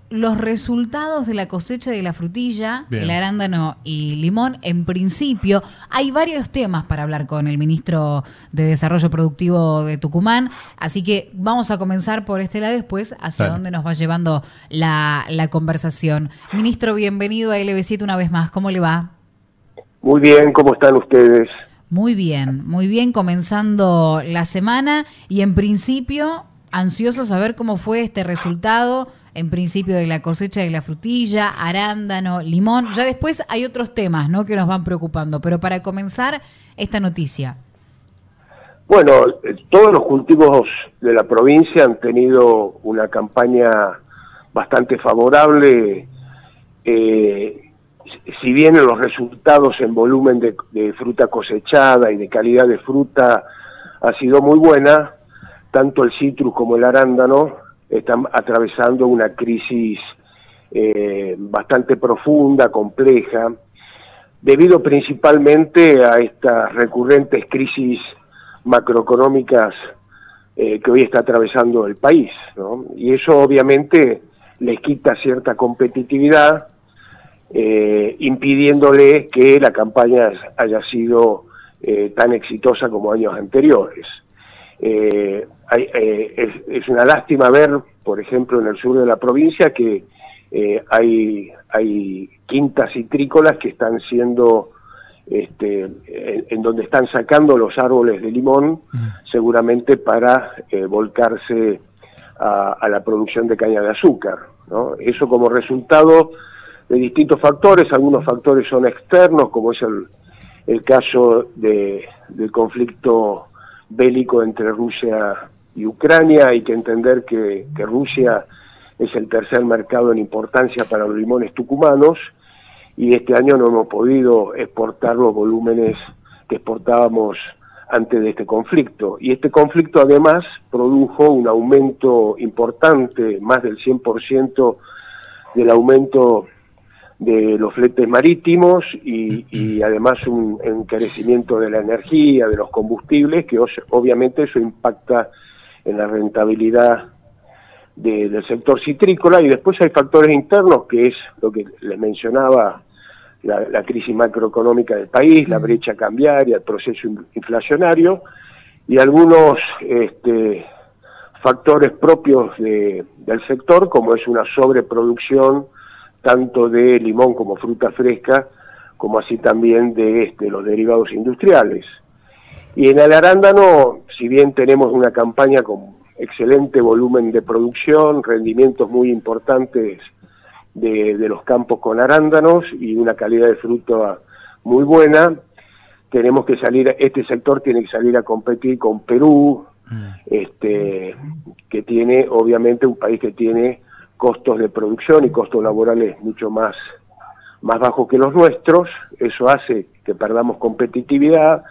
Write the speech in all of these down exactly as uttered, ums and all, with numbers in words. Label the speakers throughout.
Speaker 1: los resultados de la cosecha de la frutilla,
Speaker 2: Bien.
Speaker 1: el arándano y limón. En principio, hay varios temas para hablar con el ministro de Desarrollo Productivo de Tucumán, así que vamos a comenzar por este lado, después hacia
Speaker 2: Dale.
Speaker 1: dónde nos va llevando la, la conversación. Ministro, bienvenido a L B siete una vez más. ¿Cómo le va?
Speaker 3: Muy bien, ¿cómo están ustedes?
Speaker 1: Muy bien, muy bien, comenzando la semana y en principio ansioso saber cómo fue este resultado, en principio de la cosecha de la frutilla, arándano, limón. Ya después hay otros temas, ¿no?, que nos van preocupando, pero para comenzar esta noticia.
Speaker 3: Bueno, todos los cultivos de la provincia han tenido una campaña bastante favorable. Eh, si bien los resultados en volumen de, de fruta cosechada y de calidad de fruta ha sido muy buena, tanto el citrus como el arándano están atravesando una crisis eh, bastante profunda, compleja, debido principalmente a estas recurrentes crisis macroeconómicas eh, que hoy está atravesando el país, ¿no? Y eso obviamente les quita cierta competitividad, eh, impidiéndole que la campaña haya sido eh, tan exitosa como años anteriores. Eh, hay, eh, es, es una lástima ver, por ejemplo, en el sur de la provincia que eh, hay, hay quintas citrícolas que están siendo, este, en, en donde están sacando los árboles de limón, mm. seguramente para eh, volcarse a, a la producción de caña de azúcar, ¿no? Eso como resultado de distintos factores. Algunos factores son externos, como es el, el caso de, del conflicto bélico entre Rusia y Ucrania. Hay que entender que, que Rusia es el tercer mercado en importancia para los limones tucumanos, y este año no hemos podido exportar los volúmenes que exportábamos antes de este conflicto. Y este conflicto además produjo un aumento importante, más del cien por ciento del aumento de los fletes marítimos y, y además un encarecimiento de la energía, de los combustibles, que obviamente eso impacta en la rentabilidad de, del sector citrícola. Y después hay factores internos, que es lo que les mencionaba, la, la crisis macroeconómica del país, la brecha cambiaria, el proceso inflacionario y algunos este, factores propios de, del sector, como es una sobreproducción tanto de limón como fruta fresca, como así también de este, los derivados industriales. Y en el arándano, si bien tenemos una campaña con excelente volumen de producción, rendimientos muy importantes de, de los campos con arándanos y una calidad de fruta muy buena, tenemos que salir, este sector tiene que salir a competir con Perú, mm. este, que tiene, obviamente, un país que tiene costos de producción y costos laborales mucho más, más bajos que los nuestros. Eso hace que perdamos competitividad.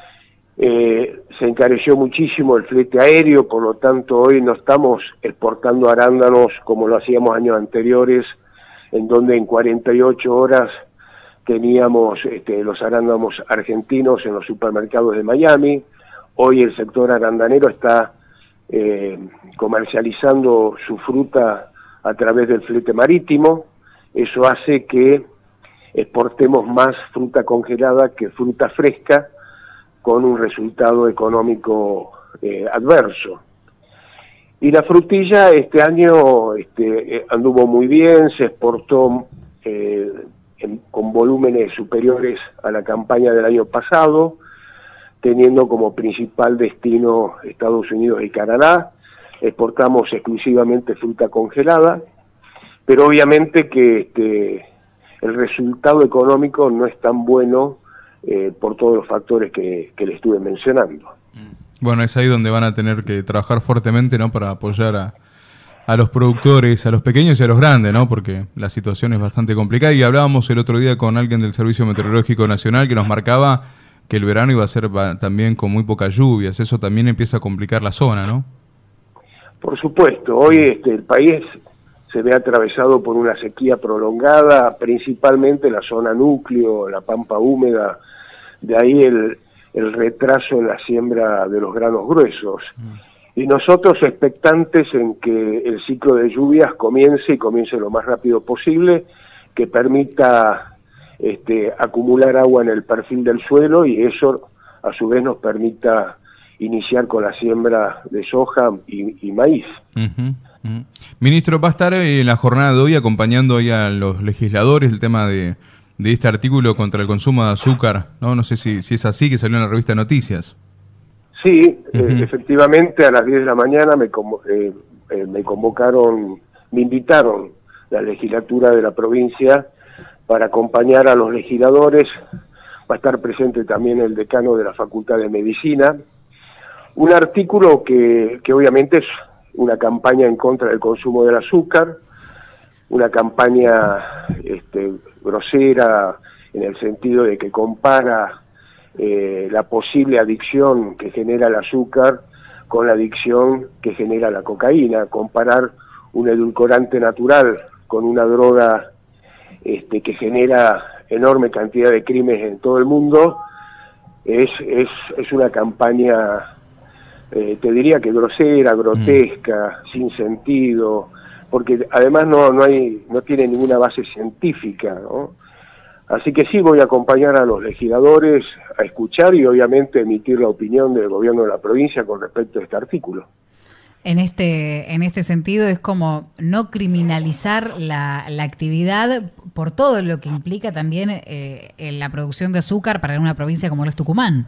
Speaker 3: Eh, se encareció muchísimo el flete aéreo, por lo tanto hoy no estamos exportando arándanos como lo hacíamos años anteriores, en donde en cuarenta y ocho horas teníamos este, los arándanos argentinos en los supermercados de Miami. Hoy el sector arandanero está eh, comercializando su fruta a través del flete marítimo. Eso hace que exportemos más fruta congelada que fruta fresca, con un resultado económico eh, adverso. Y la frutilla este año este, anduvo muy bien, se exportó eh, en, con volúmenes superiores a la campaña del año pasado, teniendo como principal destino Estados Unidos y Canadá. Exportamos exclusivamente fruta congelada, pero obviamente que este, el resultado económico no es tan bueno eh, por todos los factores que, que le estuve mencionando.
Speaker 2: Bueno, es ahí donde van a tener que trabajar fuertemente, ¿no?, para apoyar a, a los productores, a los pequeños y a los grandes, ¿no?, porque la situación es bastante complicada. Y hablábamos el otro día con alguien del Servicio Meteorológico Nacional que nos marcaba que el verano iba a ser también con muy pocas lluvias. Eso también empieza a complicar la zona, ¿no?
Speaker 3: Por supuesto, hoy este, el país se ve atravesado por una sequía prolongada, principalmente la zona núcleo, la pampa húmeda, de ahí el, el retraso en la siembra de los granos gruesos. y nosotros expectantes en que el ciclo de lluvias comience y comience lo más rápido posible, que permita este, acumular agua en el perfil del suelo y eso a su vez nos permita iniciar con la siembra de soja y, y maíz.
Speaker 2: Uh-huh, uh-huh. Ministro, ¿va a estar en la jornada de hoy acompañando ahí a los legisladores el tema de, de este artículo contra el consumo de azúcar? No, no sé si, si es así, que salió en la revista Noticias.
Speaker 3: Sí, uh-huh. eh, efectivamente a las diez de la mañana me, eh, eh, me convocaron, me invitaron la legislatura de la provincia para acompañar a los legisladores. Va a estar presente también el decano de la Facultad de Medicina. Un artículo que, que obviamente es una campaña en contra del consumo del azúcar, una campaña este, grosera en el sentido de que compara eh, la posible adicción que genera el azúcar con la adicción que genera la cocaína, comparar un edulcorante natural con una droga este, que genera enorme cantidad de crímenes en todo el mundo, es, es, es una campaña... Eh, te diría que grosera, grotesca, mm. sin sentido, porque además no no hay no tiene ninguna base científica, ¿no? Así que sí voy a acompañar a los legisladores a escuchar y obviamente emitir la opinión del gobierno de la provincia con respecto a este artículo.
Speaker 1: En este en este sentido es como no criminalizar la, la actividad por todo lo que implica también eh, en la producción de azúcar para una provincia como lo es Tucumán.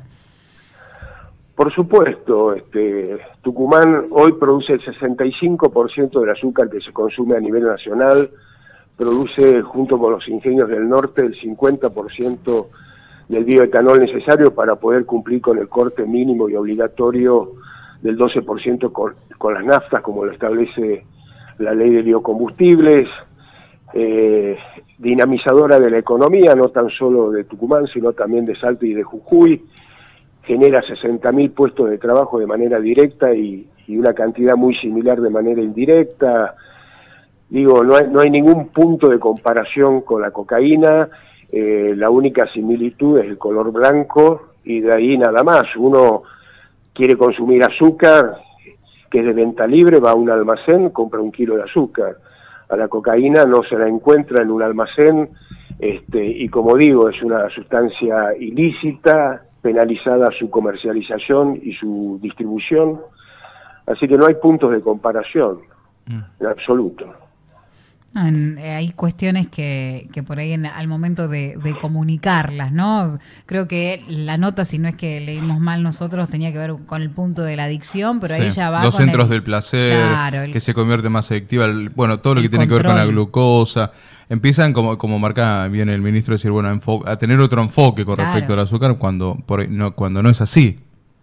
Speaker 3: Por supuesto, este, Tucumán hoy produce el sesenta y cinco por ciento del azúcar que se consume a nivel nacional, produce junto con los ingenios del norte el cincuenta por ciento del bioetanol necesario para poder cumplir con el corte mínimo y obligatorio del doce por ciento con, con las naftas, como lo establece la ley de biocombustibles, eh, dinamizadora de la economía, no tan solo de Tucumán, sino también de Salta y de Jujuy, genera sesenta mil puestos de trabajo de manera directa y, y una cantidad muy similar de manera indirecta. Digo, no hay, no hay ningún punto de comparación con la cocaína, eh, la única similitud es el color blanco y de ahí nada más. Uno quiere consumir azúcar, que es de venta libre, va a un almacén, compra un kilo de azúcar. A la cocaína no se la encuentra en un almacén, este, y como digo, es una sustancia ilícita, penalizada su comercialización y su distribución, así que no hay puntos de comparación, mm. en absoluto.
Speaker 1: En, eh, hay cuestiones que, que por ahí en, al momento de, de comunicarlas, ¿no? Creo que la nota, si no es que leímos mal nosotros, tenía que ver con el punto de la adicción, pero sí, ahí ya va
Speaker 2: los
Speaker 1: con
Speaker 2: centros
Speaker 1: el,
Speaker 2: del placer,
Speaker 1: claro, el,
Speaker 2: que se convierte más adictiva, el, bueno, todo lo que tiene
Speaker 1: control.
Speaker 2: que ver con la glucosa. Empiezan, como como marca bien el ministro, a decir, bueno, a tener otro enfoque con claro. respecto al azúcar cuando por, no, cuando no es así.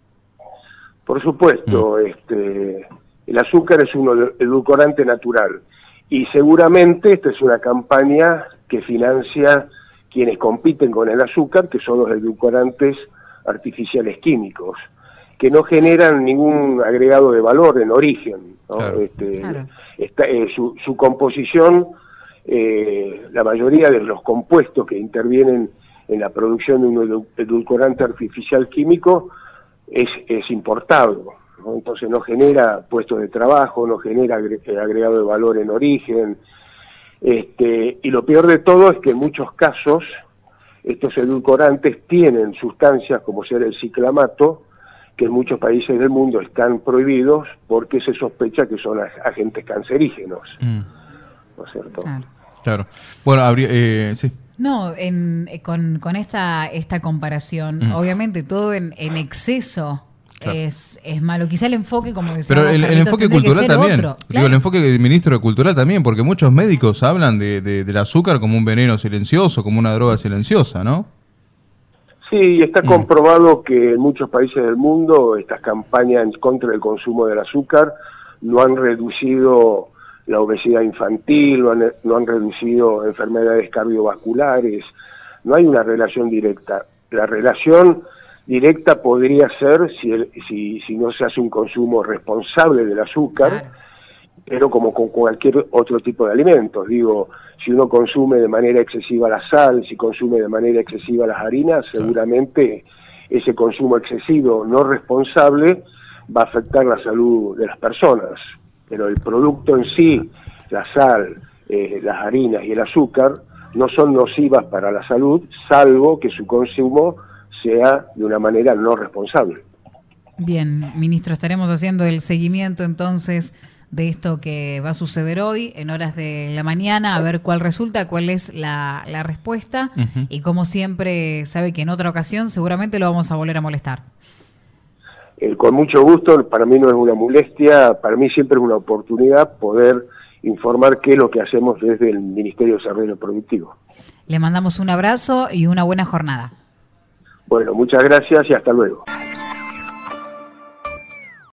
Speaker 3: Por supuesto, mm. este, el azúcar es un edulcorante natural y seguramente esta es una campaña que financia quienes compiten con el azúcar, que son los edulcorantes artificiales químicos, que no generan ningún agregado de valor en origen, ¿no? Claro. Este, claro. Esta, eh, su, su composición... Eh, la mayoría de los compuestos que intervienen en la producción de un edulcorante artificial químico es, es importado, ¿no? Entonces no genera puestos de trabajo, no genera agregado de valor en origen, este, y lo peor de todo es que en muchos casos estos edulcorantes tienen sustancias como ser el ciclamato, que en muchos países del mundo están prohibidos porque se sospecha que son agentes cancerígenos. Mm. ¿No es cierto?
Speaker 1: Claro.
Speaker 2: Claro. Bueno, habría, eh, sí.
Speaker 1: No, en, con, con esta esta comparación, mm. obviamente todo en, en exceso claro. es, es malo. Quizá el enfoque, como decía,
Speaker 2: pero el, el enfoque cultural también. Otro. Digo, claro. El enfoque del ministro cultural también, porque muchos médicos hablan de, de, del azúcar como un veneno silencioso, como una droga silenciosa, ¿no?
Speaker 3: Sí, está mm. comprobado que en muchos países del mundo estas campañas en contra del consumo del azúcar no han reducido la obesidad infantil, no han, no han reducido enfermedades cardiovasculares, no hay una relación directa. La relación directa podría ser si, el, si, si no se hace un consumo responsable del azúcar, claro. pero como con cualquier otro tipo de alimentos. Digo, si uno consume de manera excesiva la sal, si consume de manera excesiva las harinas, seguramente ese consumo excesivo no responsable va a afectar la salud de las personas, pero el producto en sí, la sal, eh, las harinas y el azúcar, no son nocivas para la salud, salvo que su consumo sea de una manera no responsable.
Speaker 1: Bien, ministro, estaremos haciendo el seguimiento entonces de esto que va a suceder hoy en horas de la mañana, a ver cuál resulta, cuál es la, la respuesta, uh-huh. Y como siempre sabe que en otra ocasión seguramente lo vamos a volver a molestar.
Speaker 3: Eh, con mucho gusto, para mí no es una molestia, para mí siempre es una oportunidad poder informar qué es lo que hacemos desde el Ministerio de Desarrollo Productivo.
Speaker 1: Le mandamos un abrazo y una buena jornada.
Speaker 3: Bueno, muchas gracias y hasta luego.